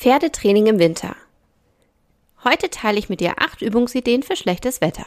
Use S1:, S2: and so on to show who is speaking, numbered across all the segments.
S1: Pferdetraining im Winter. Heute teile ich mit dir 8 Übungsideen für schlechtes Wetter.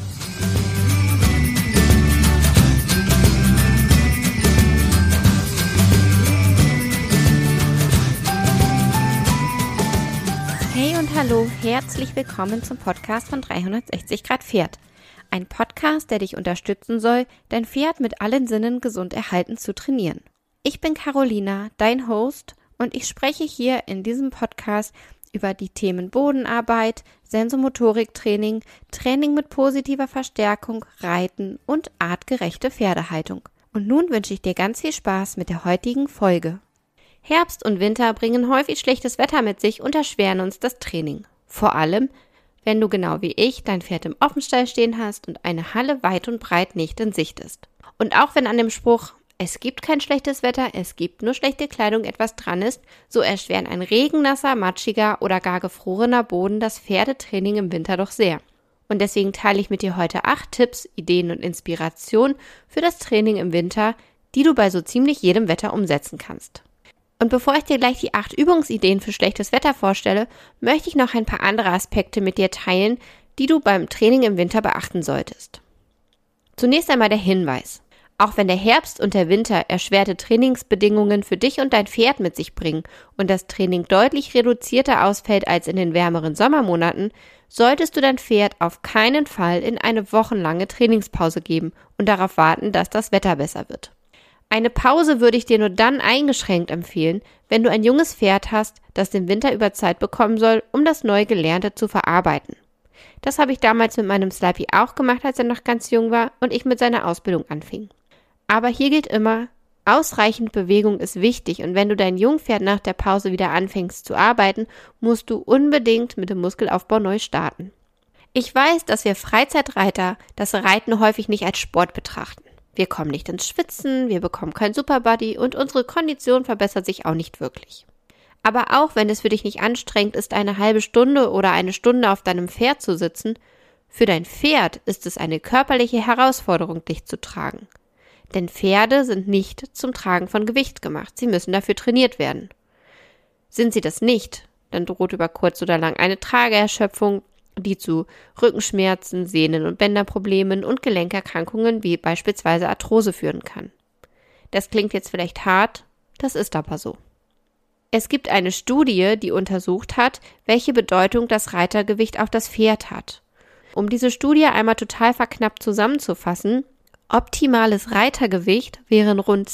S1: Hey und hallo, herzlich willkommen zum Podcast von 360 Grad Pferd. Ein Podcast, der dich unterstützen soll, dein Pferd mit allen Sinnen gesund erhalten zu trainieren. Ich bin Carolina, dein Host, und ich spreche hier in diesem Podcast über die Themen Bodenarbeit, Sensomotoriktraining, Training mit positiver Verstärkung, Reiten und artgerechte Pferdehaltung. Und nun wünsche ich dir ganz viel Spaß mit der heutigen Folge. Herbst und Winter bringen häufig schlechtes Wetter mit sich und erschweren uns das Training. Vor allem, wenn du genau wie ich dein Pferd im Offenstall stehen hast und eine Halle weit und breit nicht in Sicht ist. Und auch wenn an dem Spruch "Es gibt kein schlechtes Wetter, es gibt nur schlechte Kleidung" etwas dran ist, so erschweren ein regennasser, matschiger oder gar gefrorener Boden das Pferdetraining im Winter doch sehr. Und deswegen teile ich mit dir heute 8 Tipps, Ideen und Inspirationen für das Training im Winter, die du bei so ziemlich jedem Wetter umsetzen kannst. Und bevor ich dir gleich die 8 Übungsideen für schlechtes Wetter vorstelle, möchte ich noch ein paar andere Aspekte mit dir teilen, die du beim Training im Winter beachten solltest. Zunächst einmal der Hinweis: Auch wenn der Herbst und der Winter erschwerte Trainingsbedingungen für dich und dein Pferd mit sich bringen und das Training deutlich reduzierter ausfällt als in den wärmeren Sommermonaten, solltest du dein Pferd auf keinen Fall in eine wochenlange Trainingspause geben und darauf warten, dass das Wetter besser wird. Eine Pause würde ich dir nur dann eingeschränkt empfehlen, wenn du ein junges Pferd hast, das den Winter über Zeit bekommen soll, um das neu Gelernte zu verarbeiten. Das habe ich damals mit meinem Slipey auch gemacht, als er noch ganz jung war und ich mit seiner Ausbildung anfing. Aber hier gilt immer, ausreichend Bewegung ist wichtig, und wenn du dein Jungpferd nach der Pause wieder anfängst zu arbeiten, musst du unbedingt mit dem Muskelaufbau neu starten. Ich weiß, dass wir Freizeitreiter das Reiten häufig nicht als Sport betrachten. Wir kommen nicht ins Schwitzen, wir bekommen kein Superbuddy und unsere Kondition verbessert sich auch nicht wirklich. Aber auch wenn es für dich nicht anstrengend ist, eine halbe Stunde oder eine Stunde auf deinem Pferd zu sitzen, für dein Pferd ist es eine körperliche Herausforderung, dich zu tragen. Denn Pferde sind nicht zum Tragen von Gewicht gemacht, sie müssen dafür trainiert werden. Sind sie das nicht, dann droht über kurz oder lang eine Trageerschöpfung, die zu Rückenschmerzen, Sehnen- und Bänderproblemen und Gelenkerkrankungen wie beispielsweise Arthrose führen kann. Das klingt jetzt vielleicht hart, das ist aber so. Es gibt eine Studie, die untersucht hat, welche Bedeutung das Reitergewicht auf das Pferd hat. Um diese Studie einmal total verknappt zusammenzufassen: Optimales Reitergewicht wären rund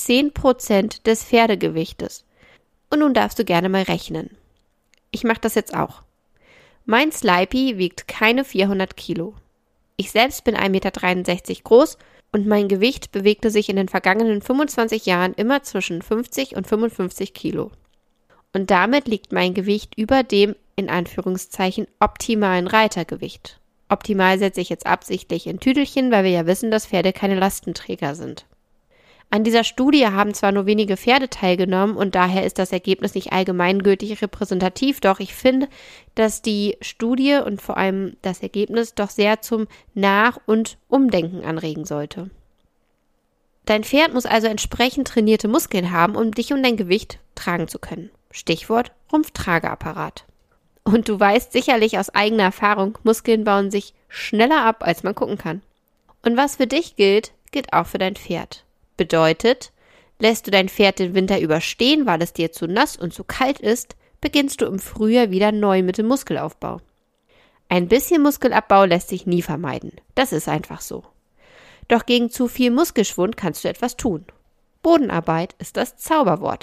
S1: 10% des Pferdegewichtes. Und nun darfst du gerne mal rechnen. Ich mache das jetzt auch. Mein Slipey wiegt keine 400 Kilo. Ich selbst bin 1,63 Meter groß und mein Gewicht bewegte sich in den vergangenen 25 Jahren immer zwischen 50 und 55 Kilo. Und damit liegt mein Gewicht über dem, in Anführungszeichen, optimalen Reitergewicht. Optimal setze ich jetzt absichtlich in Tüdelchen, weil wir ja wissen, dass Pferde keine Lastenträger sind. An dieser Studie haben zwar nur wenige Pferde teilgenommen und daher ist das Ergebnis nicht allgemeingültig repräsentativ, doch ich finde, dass die Studie und vor allem das Ergebnis doch sehr zum Nach- und Umdenken anregen sollte. Dein Pferd muss also entsprechend trainierte Muskeln haben, um dich und dein Gewicht tragen zu können. Stichwort Rumpftrageapparat. Und du weißt sicherlich aus eigener Erfahrung, Muskeln bauen sich schneller ab, als man gucken kann. Und was für dich gilt, gilt auch für dein Pferd. Bedeutet, lässt du dein Pferd den Winter überstehen, weil es dir zu nass und zu kalt ist, beginnst du im Frühjahr wieder neu mit dem Muskelaufbau. Ein bisschen Muskelabbau lässt sich nie vermeiden. Das ist einfach so. Doch gegen zu viel Muskelschwund kannst du etwas tun. Bodenarbeit ist das Zauberwort.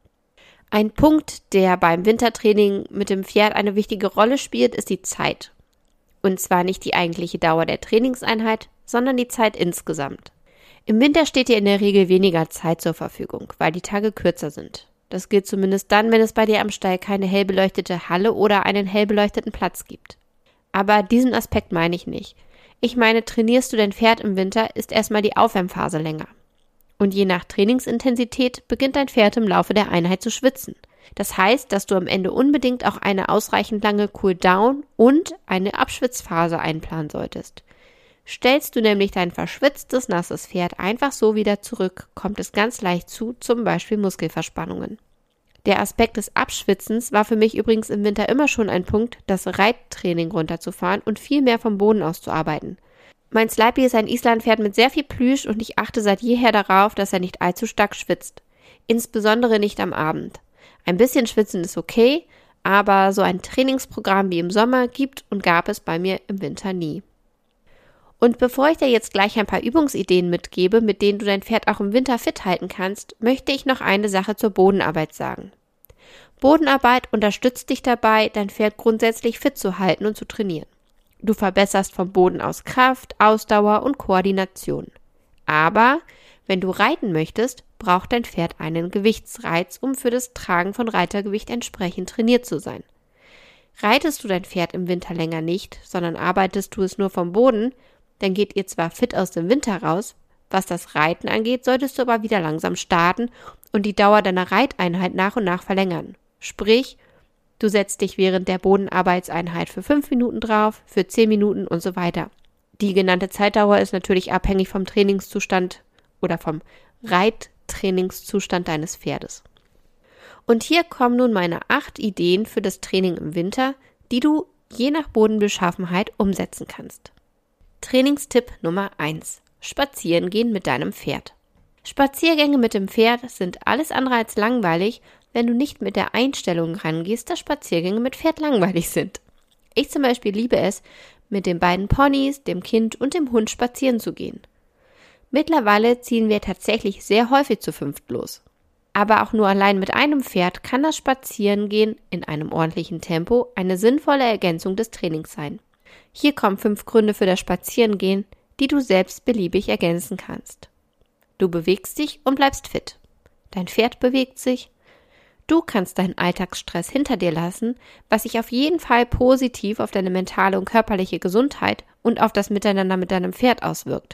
S1: Ein Punkt, der beim Wintertraining mit dem Pferd eine wichtige Rolle spielt, ist die Zeit. Und zwar nicht die eigentliche Dauer der Trainingseinheit, sondern die Zeit insgesamt. Im Winter steht dir in der Regel weniger Zeit zur Verfügung, weil die Tage kürzer sind. Das gilt zumindest dann, wenn es bei dir am Stall keine hell beleuchtete Halle oder einen hell beleuchteten Platz gibt. Aber diesen Aspekt meine ich nicht. Ich meine, trainierst du dein Pferd im Winter, ist erstmal die Aufwärmphase länger. Und je nach Trainingsintensität beginnt dein Pferd im Laufe der Einheit zu schwitzen. Das heißt, dass du am Ende unbedingt auch eine ausreichend lange Cooldown und eine Abschwitzphase einplanen solltest. Stellst du nämlich dein verschwitztes, nasses Pferd einfach so wieder zurück, kommt es ganz leicht zu zum Beispiel Muskelverspannungen. Der Aspekt des Abschwitzens war für mich übrigens im Winter immer schon ein Punkt, das Reittraining runterzufahren und viel mehr vom Boden aus zu arbeiten. Mein Slippy ist ein Islandpferd mit sehr viel Plüsch und ich achte seit jeher darauf, dass er nicht allzu stark schwitzt. Insbesondere nicht am Abend. Ein bisschen schwitzen ist okay, aber so ein Trainingsprogramm wie im Sommer gibt und gab es bei mir im Winter nie. Und bevor ich dir jetzt gleich ein paar Übungsideen mitgebe, mit denen du dein Pferd auch im Winter fit halten kannst, möchte ich noch eine Sache zur Bodenarbeit sagen. Bodenarbeit unterstützt dich dabei, dein Pferd grundsätzlich fit zu halten und zu trainieren. Du verbesserst vom Boden aus Kraft, Ausdauer und Koordination. Aber wenn du reiten möchtest, braucht dein Pferd einen Gewichtsreiz, um für das Tragen von Reitergewicht entsprechend trainiert zu sein. Reitest du dein Pferd im Winter länger nicht, sondern arbeitest du es nur vom Boden, dann geht ihr zwar fit aus dem Winter raus, was das Reiten angeht, solltest du aber wieder langsam starten und die Dauer deiner Reiteinheit nach und nach verlängern. Sprich, du setzt dich während der Bodenarbeitseinheit für 5 Minuten drauf, für 10 Minuten und so weiter. Die genannte Zeitdauer ist natürlich abhängig vom Trainingszustand oder vom Reittrainingszustand deines Pferdes. Und hier kommen nun meine 8 Ideen für das Training im Winter, die du je nach Bodenbeschaffenheit umsetzen kannst. Trainingstipp Nummer 1. Spazieren gehen mit deinem Pferd. Spaziergänge mit dem Pferd sind alles andere als langweilig, wenn du nicht mit der Einstellung rangehst, dass Spaziergänge mit Pferd langweilig sind. Ich zum Beispiel liebe es, mit den beiden Ponys, dem Kind und dem Hund spazieren zu gehen. Mittlerweile ziehen wir tatsächlich sehr häufig zu 5 los. Aber auch nur allein mit einem Pferd kann das Spazierengehen in einem ordentlichen Tempo eine sinnvolle Ergänzung des Trainings sein. Hier kommen 5 Gründe für das Spazierengehen, die du selbst beliebig ergänzen kannst. Du bewegst dich und bleibst fit. Dein Pferd bewegt sich. Du kannst deinen Alltagsstress hinter dir lassen, was sich auf jeden Fall positiv auf deine mentale und körperliche Gesundheit und auf das Miteinander mit deinem Pferd auswirkt.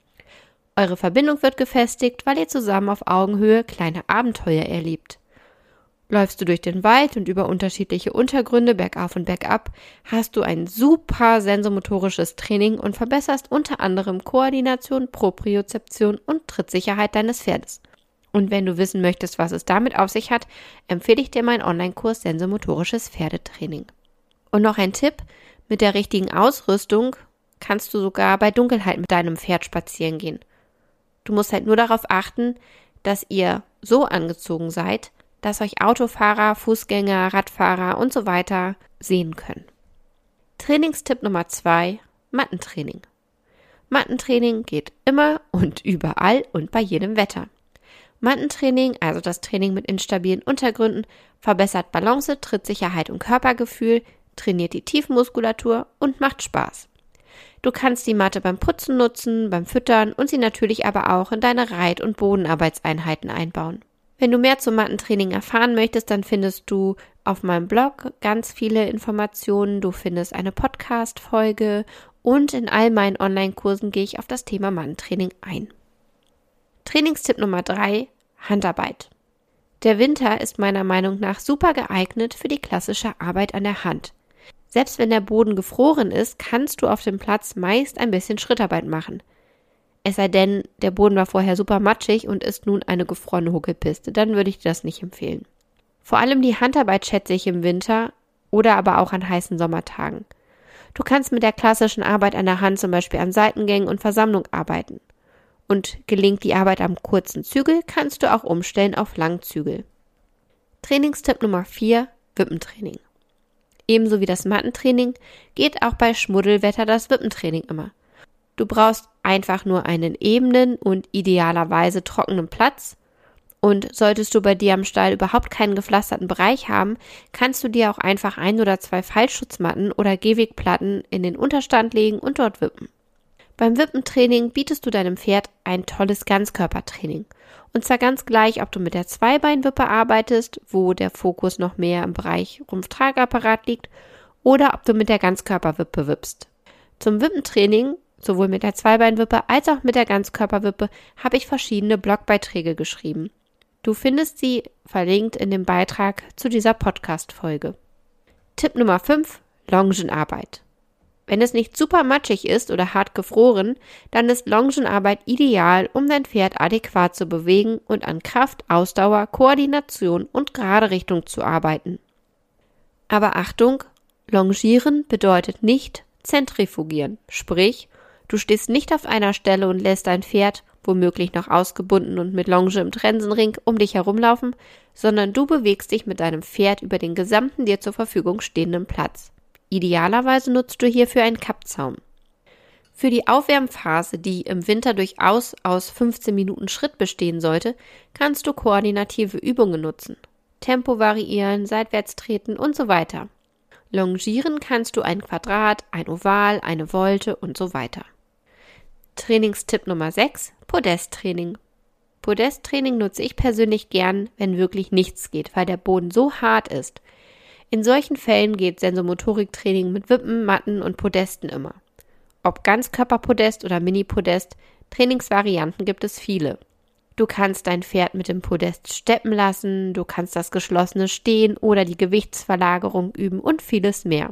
S1: Eure Verbindung wird gefestigt, weil ihr zusammen auf Augenhöhe kleine Abenteuer erlebt. Läufst du durch den Wald und über unterschiedliche Untergründe bergauf und bergab, hast du ein super sensomotorisches Training und verbesserst unter anderem Koordination, Propriozeption und Trittsicherheit deines Pferdes. Und wenn du wissen möchtest, was es damit auf sich hat, empfehle ich dir meinen Online-Kurs Sensomotorisches Pferdetraining. Und noch ein Tipp, mit der richtigen Ausrüstung kannst du sogar bei Dunkelheit mit deinem Pferd spazieren gehen. Du musst halt nur darauf achten, dass ihr so angezogen seid, dass euch Autofahrer, Fußgänger, Radfahrer und so weiter sehen können. Trainingstipp Nummer 2, Mattentraining. Mattentraining geht immer und überall und bei jedem Wetter. Mattentraining, also das Training mit instabilen Untergründen, verbessert Balance, Trittsicherheit und Körpergefühl, trainiert die Tiefenmuskulatur und macht Spaß. Du kannst die Matte beim Putzen nutzen, beim Füttern und sie natürlich aber auch in deine Reit- und Bodenarbeitseinheiten einbauen. Wenn du mehr zum Mattentraining erfahren möchtest, dann findest du auf meinem Blog ganz viele Informationen. Du findest eine Podcast-Folge und in all meinen Online-Kursen gehe ich auf das Thema Mattentraining ein. Trainingstipp Nummer 3, Handarbeit. Der Winter ist meiner Meinung nach super geeignet für die klassische Arbeit an der Hand. Selbst wenn der Boden gefroren ist, kannst du auf dem Platz meist ein bisschen Schrittarbeit machen. Es sei denn, der Boden war vorher super matschig und ist nun eine gefrorene Huckelpiste, dann würde ich dir das nicht empfehlen. Vor allem die Handarbeit schätze ich im Winter oder aber auch an heißen Sommertagen. Du kannst mit der klassischen Arbeit an der Hand zum Beispiel an Seitengängen und Versammlung arbeiten. Und gelingt die Arbeit am kurzen Zügel, kannst du auch umstellen auf Langzügel. Trainingstipp Nummer 4, Wippentraining. Ebenso wie das Mattentraining geht auch bei Schmuddelwetter das Wippentraining immer. Du brauchst einfach nur einen ebenen und idealerweise trockenen Platz und solltest du bei dir am Stall überhaupt keinen gepflasterten Bereich haben, kannst du dir auch einfach 1 oder 2 Fallschutzmatten oder Gehwegplatten in den Unterstand legen und dort wippen. Beim Wippentraining bietest du deinem Pferd ein tolles Ganzkörpertraining. Und zwar ganz gleich, ob du mit der Zweibeinwippe arbeitest, wo der Fokus noch mehr im Bereich Rumpftragapparat liegt, oder ob du mit der Ganzkörperwippe wippst. Zum Wippentraining, sowohl mit der Zweibeinwippe als auch mit der Ganzkörperwippe, habe ich verschiedene Blogbeiträge geschrieben. Du findest sie verlinkt in dem Beitrag zu dieser Podcast-Folge. Tipp Nummer 5, Longenarbeit. Wenn es nicht super matschig ist oder hart gefroren, dann ist Longenarbeit ideal, um dein Pferd adäquat zu bewegen und an Kraft, Ausdauer, Koordination und gerade Richtung zu arbeiten. Aber Achtung, Longieren bedeutet nicht zentrifugieren, sprich, du stehst nicht auf einer Stelle und lässt dein Pferd, womöglich noch ausgebunden und mit Longe im Trensenring, um dich herumlaufen, sondern du bewegst dich mit deinem Pferd über den gesamten dir zur Verfügung stehenden Platz. Idealerweise nutzt du hierfür einen Kappzaum. Für die Aufwärmphase, die im Winter durchaus aus 15 Minuten Schritt bestehen sollte, kannst du koordinative Übungen nutzen. Tempo variieren, seitwärts treten und so weiter. Longieren kannst du ein Quadrat, ein Oval, eine Volte und so weiter. Trainingstipp Nummer 6, Podesttraining. Podesttraining nutze ich persönlich gern, wenn wirklich nichts geht, weil der Boden so hart ist. In solchen Fällen geht Sensomotoriktraining mit Wippen, Matten und Podesten immer. Ob Ganzkörperpodest oder Mini-Podest, Trainingsvarianten gibt es viele. Du kannst dein Pferd mit dem Podest steppen lassen, du kannst das geschlossene Stehen oder die Gewichtsverlagerung üben und vieles mehr.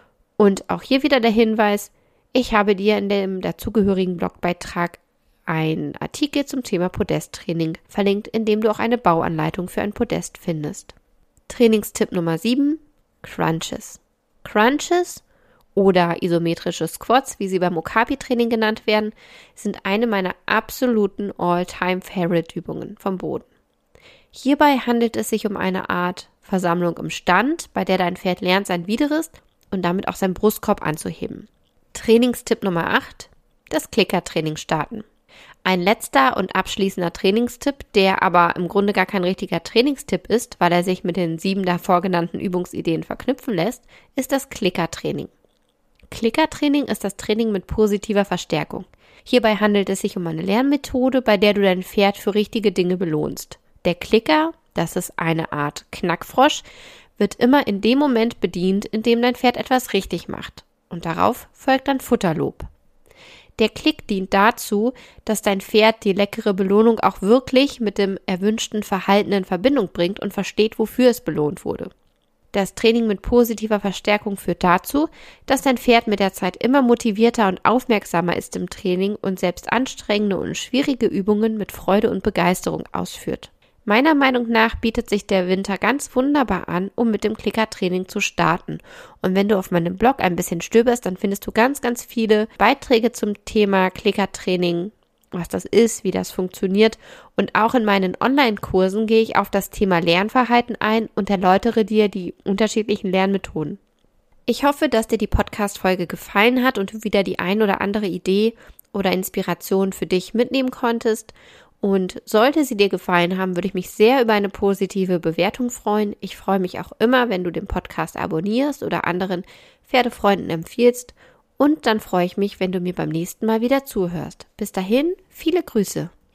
S1: Und auch hier wieder der Hinweis, ich habe dir in dem dazugehörigen Blogbeitrag einen Artikel zum Thema Podesttraining verlinkt, in dem du auch eine Bauanleitung für ein Podest findest. Trainingstipp Nummer 7, Crunches. Crunches oder isometrische Squats, wie sie beim Okapi-Training genannt werden, sind eine meiner absoluten All-Time-Favorite-Übungen vom Boden. Hierbei handelt es sich um eine Art Versammlung im Stand, bei der dein Pferd lernt, sein Widerrist und damit auch seinen Brustkorb anzuheben. Trainingstipp Nummer 8, das Klickertraining starten. Ein letzter und abschließender Trainingstipp, der aber im Grunde gar kein richtiger Trainingstipp ist, weil er sich mit den 7 davor genannten Übungsideen verknüpfen lässt, ist das Klickertraining. Klickertraining ist das Training mit positiver Verstärkung. Hierbei handelt es sich um eine Lernmethode, bei der du dein Pferd für richtige Dinge belohnst. Der Klicker, das ist eine Art Knackfrosch, wird immer in dem Moment bedient, in dem dein Pferd etwas richtig macht. Und darauf folgt dann Futterlob. Der Klick dient dazu, dass dein Pferd die leckere Belohnung auch wirklich mit dem erwünschten Verhalten in Verbindung bringt und versteht, wofür es belohnt wurde. Das Training mit positiver Verstärkung führt dazu, dass dein Pferd mit der Zeit immer motivierter und aufmerksamer ist im Training und selbst anstrengende und schwierige Übungen mit Freude und Begeisterung ausführt. Meiner Meinung nach bietet sich der Winter ganz wunderbar an, um mit dem Klickertraining zu starten. Und wenn du auf meinem Blog ein bisschen stöberst, dann findest du ganz, ganz viele Beiträge zum Thema Klickertraining, was das ist, wie das funktioniert. Und auch in meinen Online-Kursen gehe ich auf das Thema Lernverhalten ein und erläutere dir die unterschiedlichen Lernmethoden. Ich hoffe, dass dir die Podcast-Folge gefallen hat und du wieder die ein oder andere Idee oder Inspiration für dich mitnehmen konntest. Und sollte sie dir gefallen haben, würde ich mich sehr über eine positive Bewertung freuen. Ich freue mich auch immer, wenn du den Podcast abonnierst oder anderen Pferdefreunden empfiehlst. Und dann freue ich mich, wenn du mir beim nächsten Mal wieder zuhörst. Bis dahin, viele Grüße.